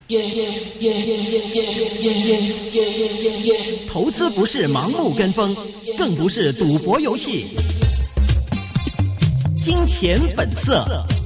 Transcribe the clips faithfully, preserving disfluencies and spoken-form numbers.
投资不是盲目跟风，更不是赌博游戏。金钱本色。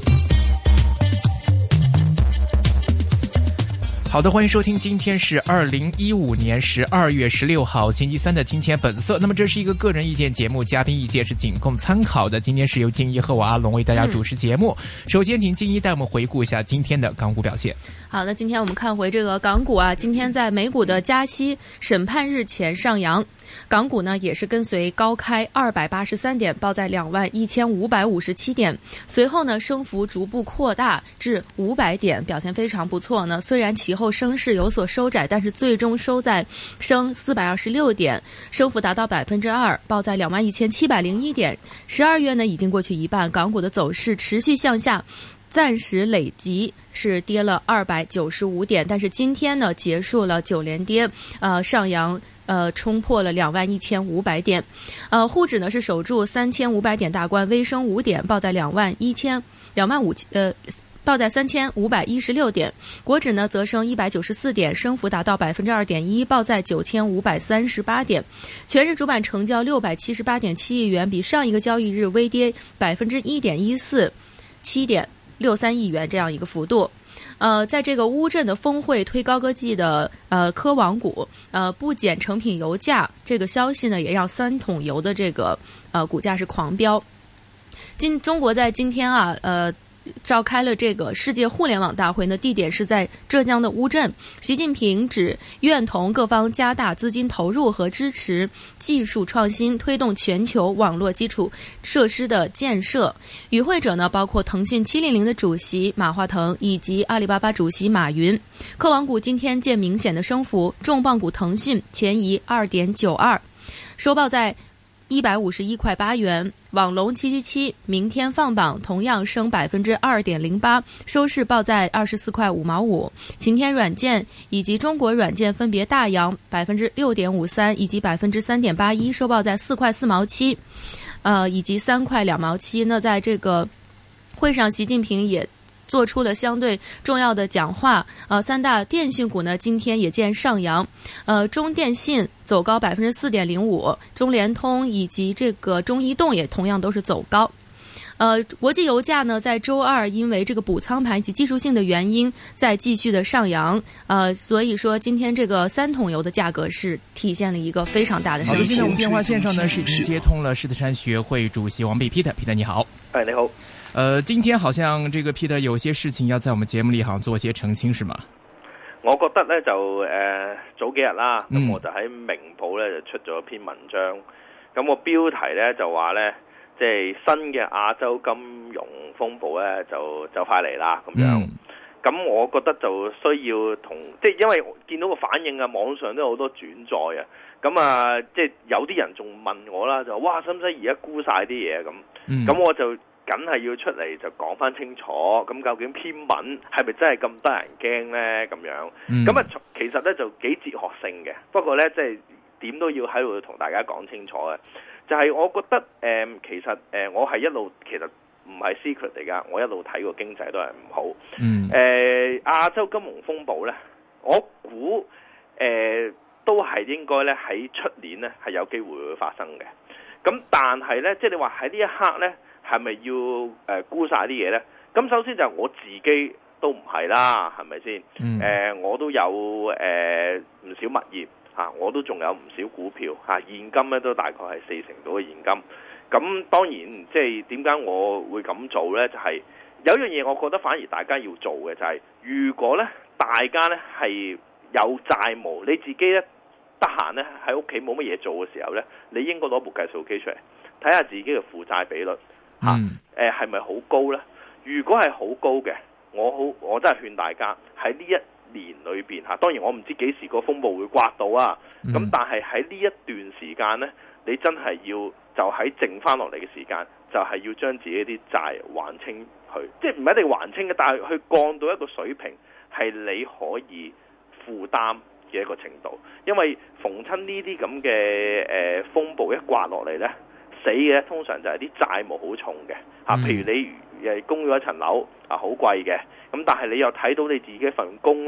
好的，欢迎收听，今天是二零一五年十二月十六号星期三的金钱本色。那么这是一个个人意见节目，嘉宾意见是仅供参考的。今天是由金一和我阿龙为大家主持节目。嗯、首先请金一带我们回顾一下今天的港股表现。 好的，今天我们看回这个港股啊，今天在美股的加息审判日前上扬。港股呢也是跟随高开二百八十三点，报在两万一千五百五十七点，随后呢升幅逐步扩大至五百点，表现非常不错呢。虽然其后升势有所收窄，但是最终收在升四百二十六点，升幅达到百分之二，报在两万一千七百零一点。十二月呢已经过去一半，港股的走势持续向下。暂时累积是跌了二百九十五点，但是今天呢结束了九连跌，呃上扬呃冲破了两万一千五百点，呃沪指呢是守住三千五百点大关，微升五点，报在两万一千两万五呃。报在三千五百一十六点，国指呢则升一百九十四点，升幅达到百分之二点一，报在九千五百三十八点。全日主板成交六百七十八点七亿元，比上一个交易日微跌百分之一点一四，七点六三亿元这样一个幅度。呃，在这个乌镇的峰会推高科技的呃科网股，呃不减成品油价这个消息呢，也让三桶油的这个呃股价是狂飙。今中国在今天啊，呃。召开了这个世界互联网大会呢，地点是在浙江的乌镇。习近平指愿同各方加大资金投入和支持技术创新，推动全球网络基础设施的建设。与会者呢包括腾讯七零零的主席马化腾以及阿里巴巴主席马云。科网股今天见明显的升幅，重磅股腾讯前移 二点九二， 收报在一百五十一块八元，网龙七七七明天放榜，同样升百分之二点零八，收市报在二十四块五毛五。擎天软件以及中国软件分别大扬百分之六点五三以及百分之三点八一，收报在四块四毛七，呃，以及三块两毛七。那在这个会上，习近平也做出了相对重要的讲话，呃，三大电讯股呢今天也见上扬，呃，中电信走高百分之四点零五，中联通以及这个中移动也同样都是走高。呃，国际油价呢在周二因为这个补仓盘以及技术性的原因在继续的上扬，呃，所以说今天这个三桶油的价格是体现了一个非常大的升幅。 好的，现在我们电话线上呢是已经接通了狮子山学会主席王弼 Peter，Peter 你好。 哎，你好。 呃，今天好像这个 Peter 有些事情要在我們節目裏好像做些澄清，是嗎？ 我覺得咧就誒、呃、早幾日啦，咁、嗯、我就喺明報咧就出咗一篇文章，咁個標題咧就話咧，即係新嘅亞洲金融風暴咧就就快嚟啦咁樣。咁、嗯、我覺得就需要同即係因為見到個反應啊，網上都有好多轉載啊，咁啊即係有啲人仲問我啦，就哇使唔使而家沽晒啲嘢咁？咁、嗯、我就梗係要出嚟就講翻清楚，咁究竟篇文係咪真係咁得人驚呢？咁樣，咁啊、嗯、其實咧就幾哲學性嘅，不過咧即係點都要喺度同大家講清楚嘅，就係、是、我覺得誒、呃、其實誒、呃、我係一路其實唔係 secret 嚟㗎，我一路睇個經濟都係唔好。誒、嗯呃、亞洲金融風暴咧，我估誒、呃、都係應該咧喺出年咧係有機會會發生嘅。咁但係咧，即係你話喺呢一刻咧，係咪要誒、呃、沽晒啲嘢咧？咁首先就係我自己都唔係啦，係咪先？誒、嗯呃，我都有誒唔、呃、少物業嚇、啊，我都仲有唔少股票嚇、啊，現金咧都大概係四成到嘅現金。咁當然即係點解我會咁做咧？就係、是、有一樣嘢，我覺得反而大家要做嘅就係、是，如果咧大家咧係有債務，你自己咧得閒咧喺屋企冇乜嘢做嘅時候咧，你應該攞部計數機出嚟睇下自己嘅負債比率。嚇，誒係咪好高呢？如果係好高嘅，我好我真係勸大家喺呢一年裏邊嚇，當然我唔知幾時個風暴會刮到啊。咁、嗯、但係喺呢一段時間呢，你真係要就喺剩翻落嚟嘅時間，就係、是、要將自己啲債還清去，即係唔一定還清嘅，但係去降到一個水平係你可以負擔嘅一個程度。因為逢親呢啲咁嘅誒風暴一刮落嚟呢，死嘅通常就係啲債務好重嘅嚇，譬如你誒供咗一層樓啊好貴嘅，咁但係你又睇到你自己份工呢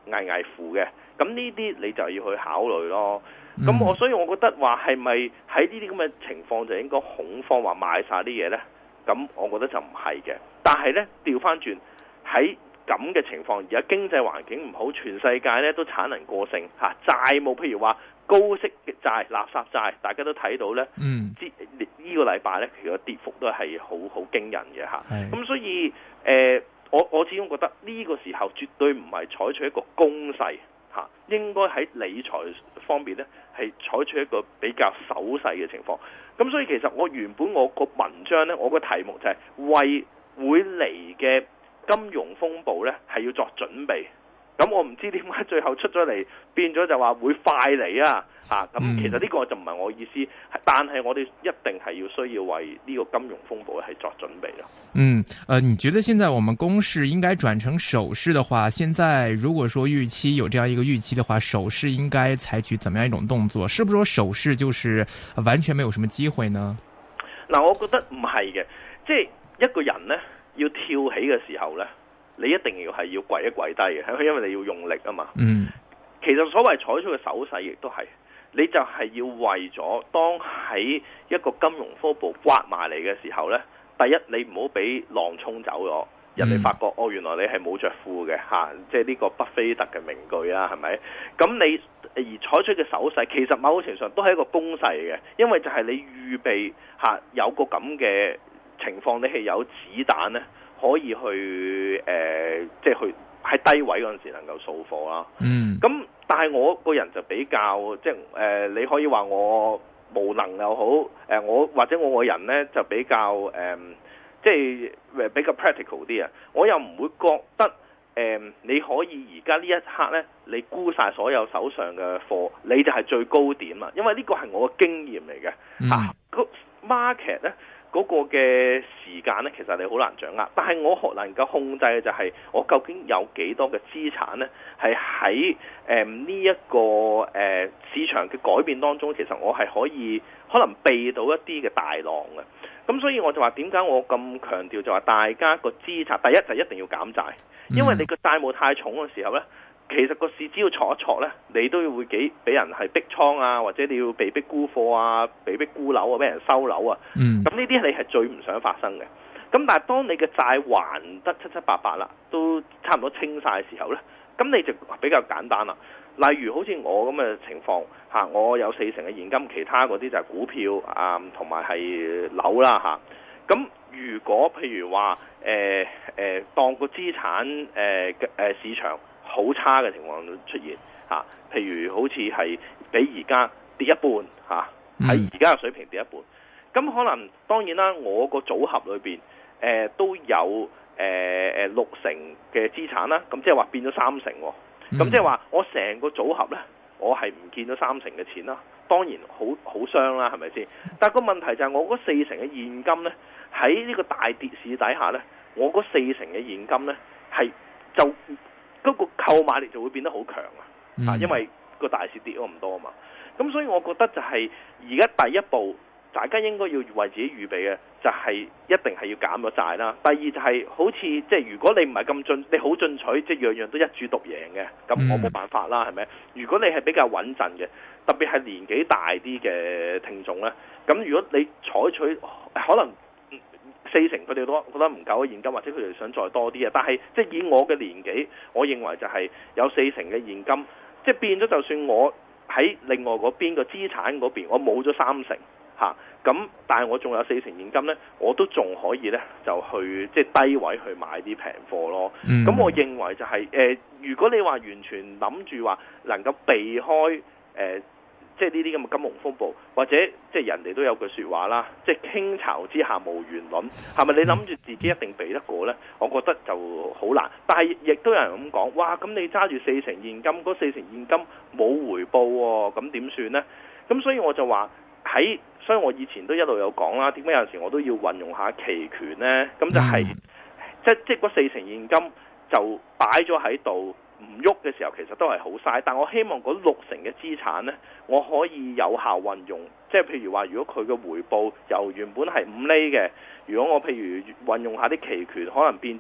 危危乎嘅，咁呢啲你就要去考慮咯。咁我所以我覺得話係咪喺呢啲咁嘅情況就應該恐慌話賣晒啲嘢呢？咁我覺得就唔係嘅。但係呢，調翻轉喺咁嘅情況，而家經濟環境唔好，全世界呢都產能過剩嚇，債務譬如話高息嘅債、垃圾債，大家都睇到呢。嗯，呢、呢個禮拜呢，其實跌幅都係好好驚人嘅嚇。咁所以誒、呃，我我始終覺得呢個時候絕對唔係採取一個攻勢嚇，應該喺理財方面呢，係採取一個比較守勢嘅情況。咁所以其實我原本我個文章呢，我個題目就係為會嚟嘅金融風暴呢係要作準備。咁我唔知點解最後出咗嚟變咗就話會快嚟啊！啊，咁其實呢個就唔係我意思，但係我哋一定係要需要為呢個金融風暴係作準備咯。 嗯，呃，你覺得現在我們公市應該轉成守市的話，現在如果說預期有這樣一個預期的話，守市應該採取怎麼樣一種動作？是不是說守市就是完全沒有什麼機會呢？ 嗱，我覺得唔係嘅，即係一個人呢要跳起嘅時候呢，你一定要係要跪一跪低嘅，因為你要用力啊嘛。嗯，其實所謂採取嘅手勢亦都係，你就係要為咗當喺一個金融風暴刮埋嚟嘅時候呢，第一你唔好俾浪沖走咗，人哋發覺、嗯、哦原來你係冇着褲嘅嚇，即係呢個巴菲特嘅名句啊，係咪？咁你而採取嘅手勢其實某程度上都係一個攻勢嘅，因為就係你預備嚇有個咁嘅情況，你係有子彈呢。可以去誒、呃，即係去喺低位嗰陣時能夠掃貨啦。嗯。咁但係我個人就比較即係誒、呃，你可以話我無能又好，誒、呃、我或者我個人咧就比較誒、呃，即係誒比較 practical 啲啊。我又唔會覺得誒、呃，你可以而家呢一刻咧，你沽晒所有手上嘅貨，你就係最高點啊。因為呢個係我嘅經驗嚟嘅。嗯。啊，個 market 咧。嗰個嘅時間呢，其實你好難掌握，但係我學能夠控制嘅就係我究竟有幾多嘅資產呢？係喺誒呢一個誒、呃、市場嘅改變當中，其實我係可以可能避到一啲嘅大浪嘅。咁所以我就話點解我咁強調就話大家個資產，第一就一定要減債，因為你個債務太重嘅時候呢。其實個市只要挫一挫呢，你都要會幾俾人係逼倉啊，或者你要被逼沽貨啊，被逼沽樓啊，俾人收樓啊。嗯。咁呢啲你係最唔想發生嘅。咁但係當你嘅債還得七七八八啦，都差唔多清晒嘅時候呢，咁你就比較簡單啦。例如好似我咁嘅情況嚇，我有四成嘅現金，其他嗰啲就係股票啊，同埋係樓啦嚇。咁如果譬如話誒誒當個資產誒嘅誒市場好差嘅情況出現嚇、啊，譬如好似係比而家跌一半嚇，喺而家嘅水平跌一半。咁可能當然啦，我個組合裏邊誒都有誒誒、呃、六成嘅資產啦，咁即係話變咗三成喎。咁即係話我成個組合咧，我係唔見咗三成嘅錢啦。當然好好傷啦，係咪先？但係個問題就係我嗰四成嘅現金咧，喺呢個大跌市底下咧，我嗰四成嘅現金咧係就。嗰個購買力就會變得好強啊！啊、嗯，因為個大市跌咗咁多啊嘛，咁所以我覺得就係而家第一步，大家應該要為自己預備嘅就係一定係要減咗債啦。第二就係好似即係如果你唔係咁進，你好進取，即係樣樣都一注獨贏嘅，咁我冇辦法啦，係咪？如果你係比較穩陣嘅，特別係年紀大啲嘅聽眾咧，咁如果你採取可能。四成佢哋都覺得唔夠嘅現金，或者佢哋想再多啲啊！但係即係以我嘅年紀，我認為就係有四成嘅現金，即係變咗就算我喺另外嗰邊個資產嗰邊，我冇咗三成嚇，咁但係我仲有四成現金呢，我都仲可以呢，就去即係低位去買啲平貨咯。咁、嗯、我認為就係、是、誒、呃，如果你話完全諗住話能夠避開誒。呃即係呢啲咁嘅金融風暴，或者即係人哋都有句説話啦，即係傾巢之下無完卵，係咪你諗住自己一定避得過呢？我覺得就好難。但係亦都有人咁講，哇！咁你揸住四成現金，嗰四成現金冇回報喎，咁點算呢？咁所以我就話喺，所以我以前都一路有講啦。點解有陣時我都要運用下期權呢？咁就係、是、即即係嗰四成現金就擺咗喺度。唔喐嘅時候其實都係好嘥，但我希望嗰六成嘅資產呢，我可以有效運用。即係譬如話，如果佢嘅回報由原本係五厘嘅，如果我譬如運用下啲期權，可能變咗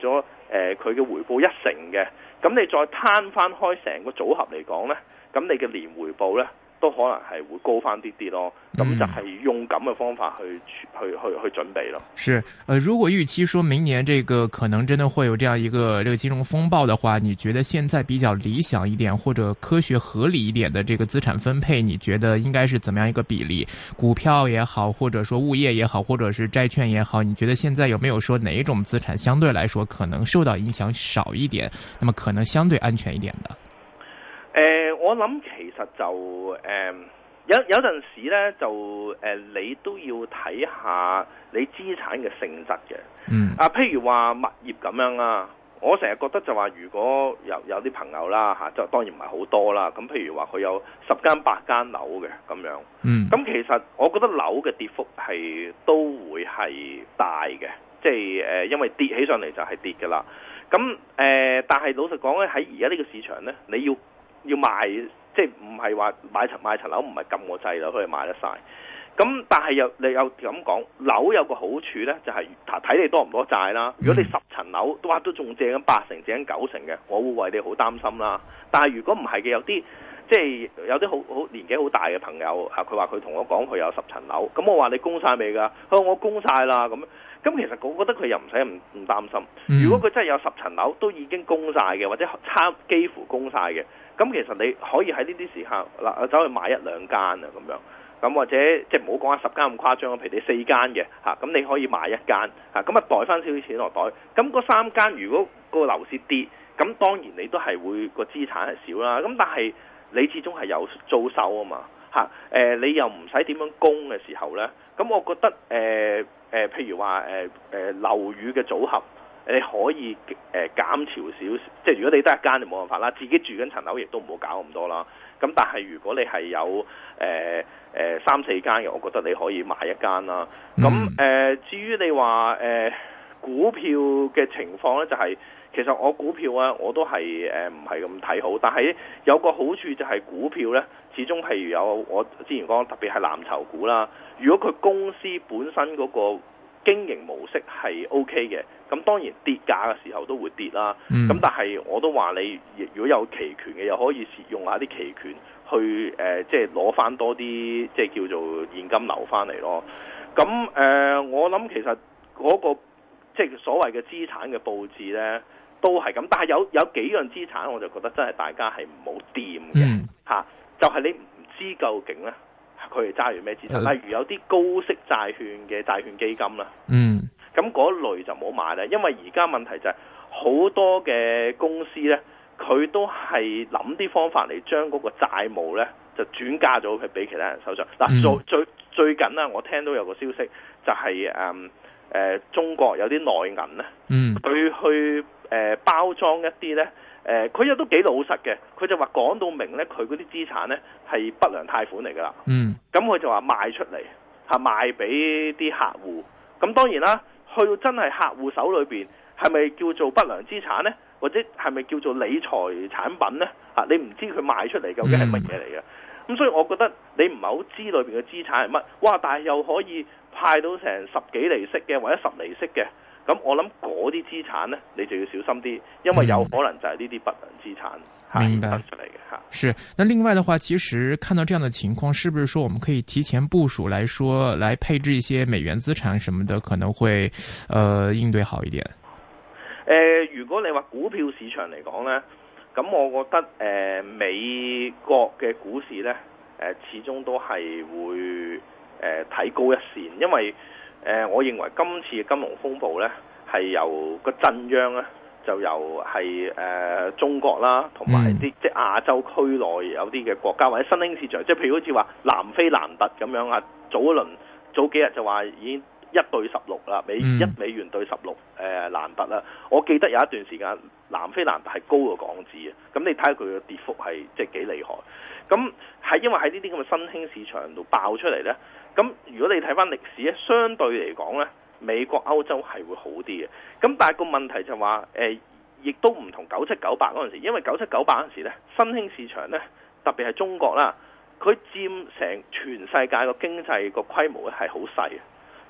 誒佢嘅回報一成嘅，咁你再攤翻開成個組合嚟講呢，咁你嘅年回報呢，都可能係會高翻啲啲咯，咁就係用咁嘅方法去去去去準備咯。 是，呃，如果預期說明年這個可能真的會有這樣一個這個金融風暴的話，你覺得現在比較理想一點或者科學合理一點的這個資產分配，你覺得應該是怎麼樣一個比例？股票也好，或者說物業也好，或者是債券也好，你覺得現在有沒有說哪一種資產相對來說可能受到影響少一點，那麼可能相對安全一點的？ 誒、呃，我諗其實就誒、呃、有有陣時咧，就誒、呃、你都要睇下你資產嘅性質嘅。 嗯。啊， 譬如話物業咁樣啦，我成日覺得就話，如果有有啲朋友啦嚇，就當然唔係好多啦。咁譬如話佢有十間八間樓嘅咁樣。 嗯。咁其實我覺得樓嘅跌幅係都會係大嘅，即係誒，因為跌起上嚟就係跌㗎啦。咁誒、呃，但係老實講咧，喺而家呢個市場咧，你要要賣，即係唔係話買層買層樓唔係撳個掣啦，可以買得晒。咁但係又你又咁講，樓有個好處呢，就係睇你多唔多債啦。如果你十層樓都話都仲借緊八成，借緊九成嘅，我會為你好擔心啦。但係如果唔係嘅，有啲即係有啲好好年紀好大嘅朋友啊，佢話佢同我講佢有十層樓，咁我話你供晒未㗎？佢話我供晒啦咁。咁其實我覺得佢又唔使唔唔擔心。如果佢真係有十層樓都已經供晒嘅，或者差幾乎供晒嘅，咁其實你可以喺呢啲時刻嗱走去買一兩間啊咁樣。咁或者即係唔好講下十間咁誇張，譬如你四間嘅嚇，咁你可以買一間嚇，咁啊袋翻少少錢落袋。咁嗰三間如果個樓市跌，咁當然你都係會個資產係少啦。咁但係你始終係有租收啊嘛嚇。誒你又唔使點樣供嘅時候咧，咁我覺得誒誒、呃呃，譬如話誒誒樓宇嘅組合，你可以誒、呃、減潮少，即係如果你得一間就冇辦法啦，自己住緊層樓亦都唔好搞咁多啦。咁但係如果你係有誒誒、呃呃、三四間嘅，我覺得你可以買一間啦。咁誒、嗯呃、至於你話誒、呃、股票嘅情況咧，就係、是、其實我股票啊我都係誒唔係咁睇好，但係有個好處就係股票咧，始終譬如有我之前講特別係藍籌股啦，如果佢公司本身嗰個經營模式係 OK 嘅，咁當然跌價嘅時候都會跌啦。咁、嗯、但係我都話你，如果有期權嘅，又可以用下啲期權去誒、呃，即係攞翻多啲，即係叫做現金流翻嚟咯。咁誒、呃，我諗其實嗰、那個即係所謂嘅資產嘅佈置咧，都係咁。但係有有幾樣資產，我就覺得真係大家係唔好掂嘅嚇，就係、是、你唔知究竟咧。佢哋揸住咩資產？例如有啲高息債券嘅債券基金啦，嗯，咁嗰類就唔好買啦，因為而家問題就係、是、好多嘅公司咧，佢都係諗啲方法嚟將嗰個債務咧就轉嫁咗佢俾其他人手上。嗱、嗯，最最最近啦，我聽到有個消息就係誒誒中國有啲內銀咧，嗯，佢去誒、呃、包裝一啲咧。誒佢又都幾老實嘅，佢就話講到明咧，佢嗰啲資產咧係不良貸款嚟㗎啦。嗯，咁佢就話賣出嚟嚇賣俾啲客戶。咁當然啦，去到真係客戶手裏邊，係咪叫做不良資產咧？或者係咪叫做理財產品咧？嚇，你唔知佢賣出嚟究竟係乜嘢嚟嘅。咁、嗯、所以我覺得你唔係好知裏邊嘅資產係乜。哇！但係又可以派到成十幾厘息嘅，或者十厘息嘅。咁我諗嗰啲資產呢，你就要小心啲，因為有可能就係呢啲不良資產衍生出嚟嘅吓。 是，那另外的話，其實看到這樣的情況，是不是說我們可以提前部署來說，來配置一些美元資產什麼的，可能會，呃，應對好一點？ 誒、呃，如果你話股票市場嚟講呢，咁我覺得誒、呃，美國嘅股市呢，誒、呃，始終都係會誒睇、呃、高一線，因為。誒、呃，我認為今次嘅金融風暴咧，係由個震央咧，就由係誒、呃、中國啦，同埋啲即係亞洲區內有啲嘅國家或者新興市場，即係譬如好似話南非蘭特咁樣啊，早一輪早幾日就話已經一對十六啦，美一美元對十六誒蘭特啦。我記得有一段時間南非蘭特係高過港紙嘅，咁你睇下佢嘅跌幅係即係幾厲害。咁係因為喺呢啲咁嘅新興市場度爆出嚟咧。咁如果你睇翻歷史咧，相對嚟講咧，美國、歐洲係會好啲嘅。咁但係個問題就話，誒、呃，亦都唔同九七九八嗰陣時，因為九七九八嗰陣時咧，新興市場咧，特別係中國啦，佢佔成全世界個經濟個規模咧係好細嘅，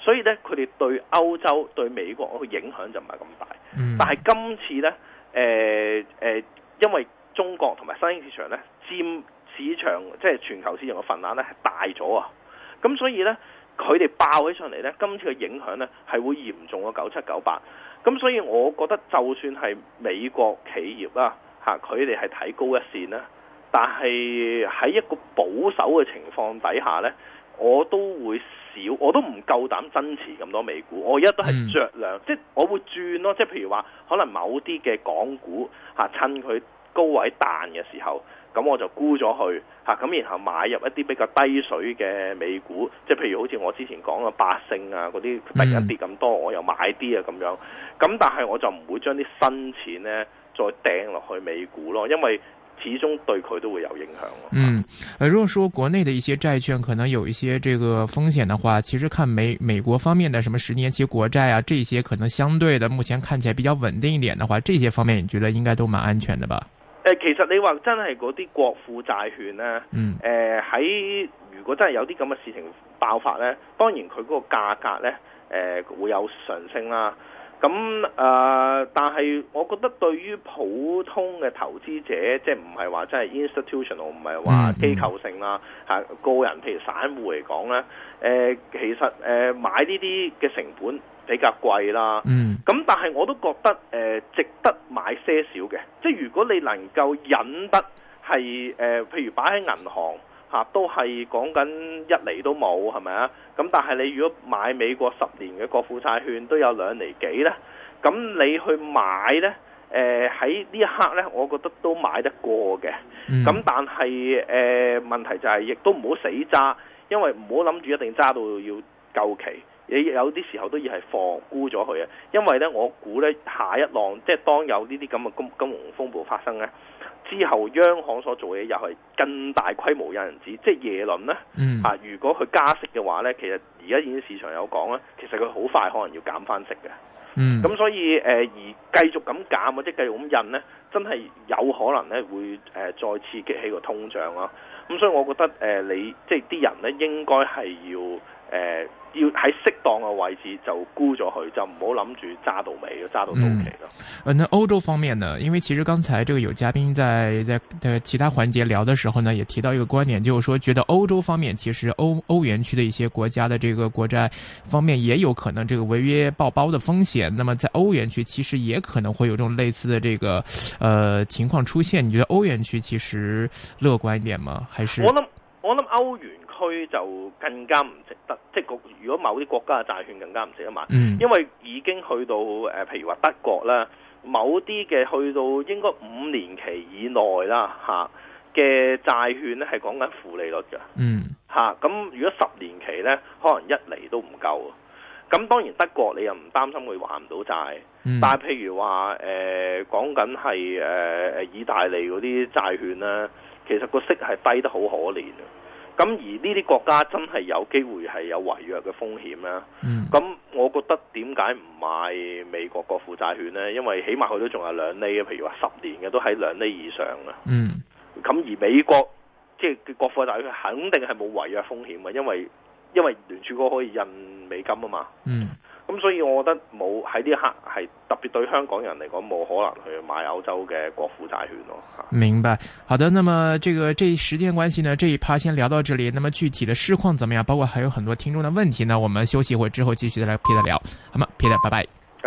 所以咧佢哋對歐洲對美國個影響就唔係咁大。 嗯、 但係今次咧誒誒，因為中國同埋新興市場咧佔市場即係全球市場嘅份額咧係大咗啊，咁所以咧佢哋爆起上嚟咧，今次嘅影響咧係會嚴重過九七九八。咁所以我覺得就算係美國企業啦嚇，佢哋係睇高一線啦，但係喺一個保守嘅情況底下咧，我都會少，我都唔夠膽增持咁多美股。我而家都係酌量，嗯、即係我會轉咯，即係譬如話可能某啲嘅港股嚇，趁佢高位彈嘅時候，咁我就沽咗去嚇，咁然後買入一啲比較低水嘅美股，即係譬如好似我之前講嘅百勝啊嗰啲突然跌咁多，我又買啲啊咁樣。咁但係我就唔會將啲新錢呢再掟落去美股咯，因為始終對佢都會有影響。 嗯，呃，如果說國內的一些債券可能有一些這個風險的話，其實看美美國方面的什麼十年期國債啊，這些可能相對的目前看起來比較穩定一點的話，這些方面你覺得應該都蠻安全的吧？ 誒，其實你話真係嗰啲國庫債券呢，嗯，誒喺、呃、如果真係有啲咁嘅事情爆發呢，當然佢嗰個價格呢，誒、呃、會有上升啦。咁誒、呃，但係我覺得對於普通嘅投資者，即係唔係話真係 institutional， 唔係話機構性啦，嚇、嗯嗯、個人譬如散戶嚟講咧，誒、呃、其實誒、呃、買呢啲嘅成本比較貴啦。嗯。咁但係我都覺得誒、呃、值得買些少嘅，即係如果你能夠忍得係誒、呃，譬如擺喺銀行。嚇，都係講緊一厘都冇，係咪啊？咁但係你如果買美國十年嘅國庫債券都有兩厘幾咧，咁你去買咧，誒喺呢一刻咧，我覺得都買得過嘅。咁、嗯、但係誒、呃、問題就係、是，亦都唔好死揸，因為唔好諗住一定揸到要夠期，你有啲時候都要係放沽咗佢啊。因為咧，我估咧下一浪，即係當有呢啲咁嘅金金融風暴發生咧。之後央行所做嘅又係更大規模印銀紙，即係耶倫呢、嗯啊、如果佢加息嘅話呢，其實而家已經市場有講啦，其實佢好快可能要減翻息嘅。咁、嗯、所以誒、呃、而繼續咁減或者繼續咁印呢，真係有可能呢會誒、呃、再刺激起個通脹咯。咁所以我覺得誒、呃、你即係啲人呢應該係要誒。呃要喺適當嘅位置就沽咗佢，就唔好諗住揸到尾，揸到到期咯。 呃，那歐洲方面呢？因為其實剛才這個有嘉賓在在在其他環節聊的時候呢，也提到一個觀點，就是說覺得歐洲方面其實歐歐元區的一些國家的這個國債方面也有可能這個違約爆包的風險。那麼在歐元區其實也可能會有這種類似的這個呃情況出現。你覺得歐元區其實樂觀一點嗎？還是我諗我諗歐元區就更加唔值得，即係如果某啲國家嘅債券更加唔值得買，嗯、因為已經去到誒、呃，譬如話德國啦，某啲嘅去到應該五年期以內啦嚇嘅債券咧係講緊負利率嘅，嗯嚇，咁、啊、如果十年期咧可能一厘都唔夠，咁當然德國你又唔擔心會還唔到債，嗯、但係譬如話誒講緊係誒誒意大利嗰啲債券咧，其實個息係低得好可憐。咁而呢啲國家真係有機會係有違約嘅風險啦。咁、嗯、我覺得點解唔買美國國庫債券呢？因為起碼佢都仲有兩厘，譬如話十年嘅都喺兩厘以上啦。咁、嗯、而美國即係國庫債券肯定係冇違約風險嘅，因為因為聯儲局可以印美金啊嘛。嗯咁所以我覺得冇喺呢一刻係特別對香港人嚟講冇可能去買歐洲嘅國庫債券咯。 明白，好的。那麼這個這時間關係呢，這一趴先聊到這裡。那麼具體的市況怎麼樣？包括還有很多聽眾的問題呢，我們休息一會之後繼續再來 Peter 聊。好嗎？Peter，拜拜。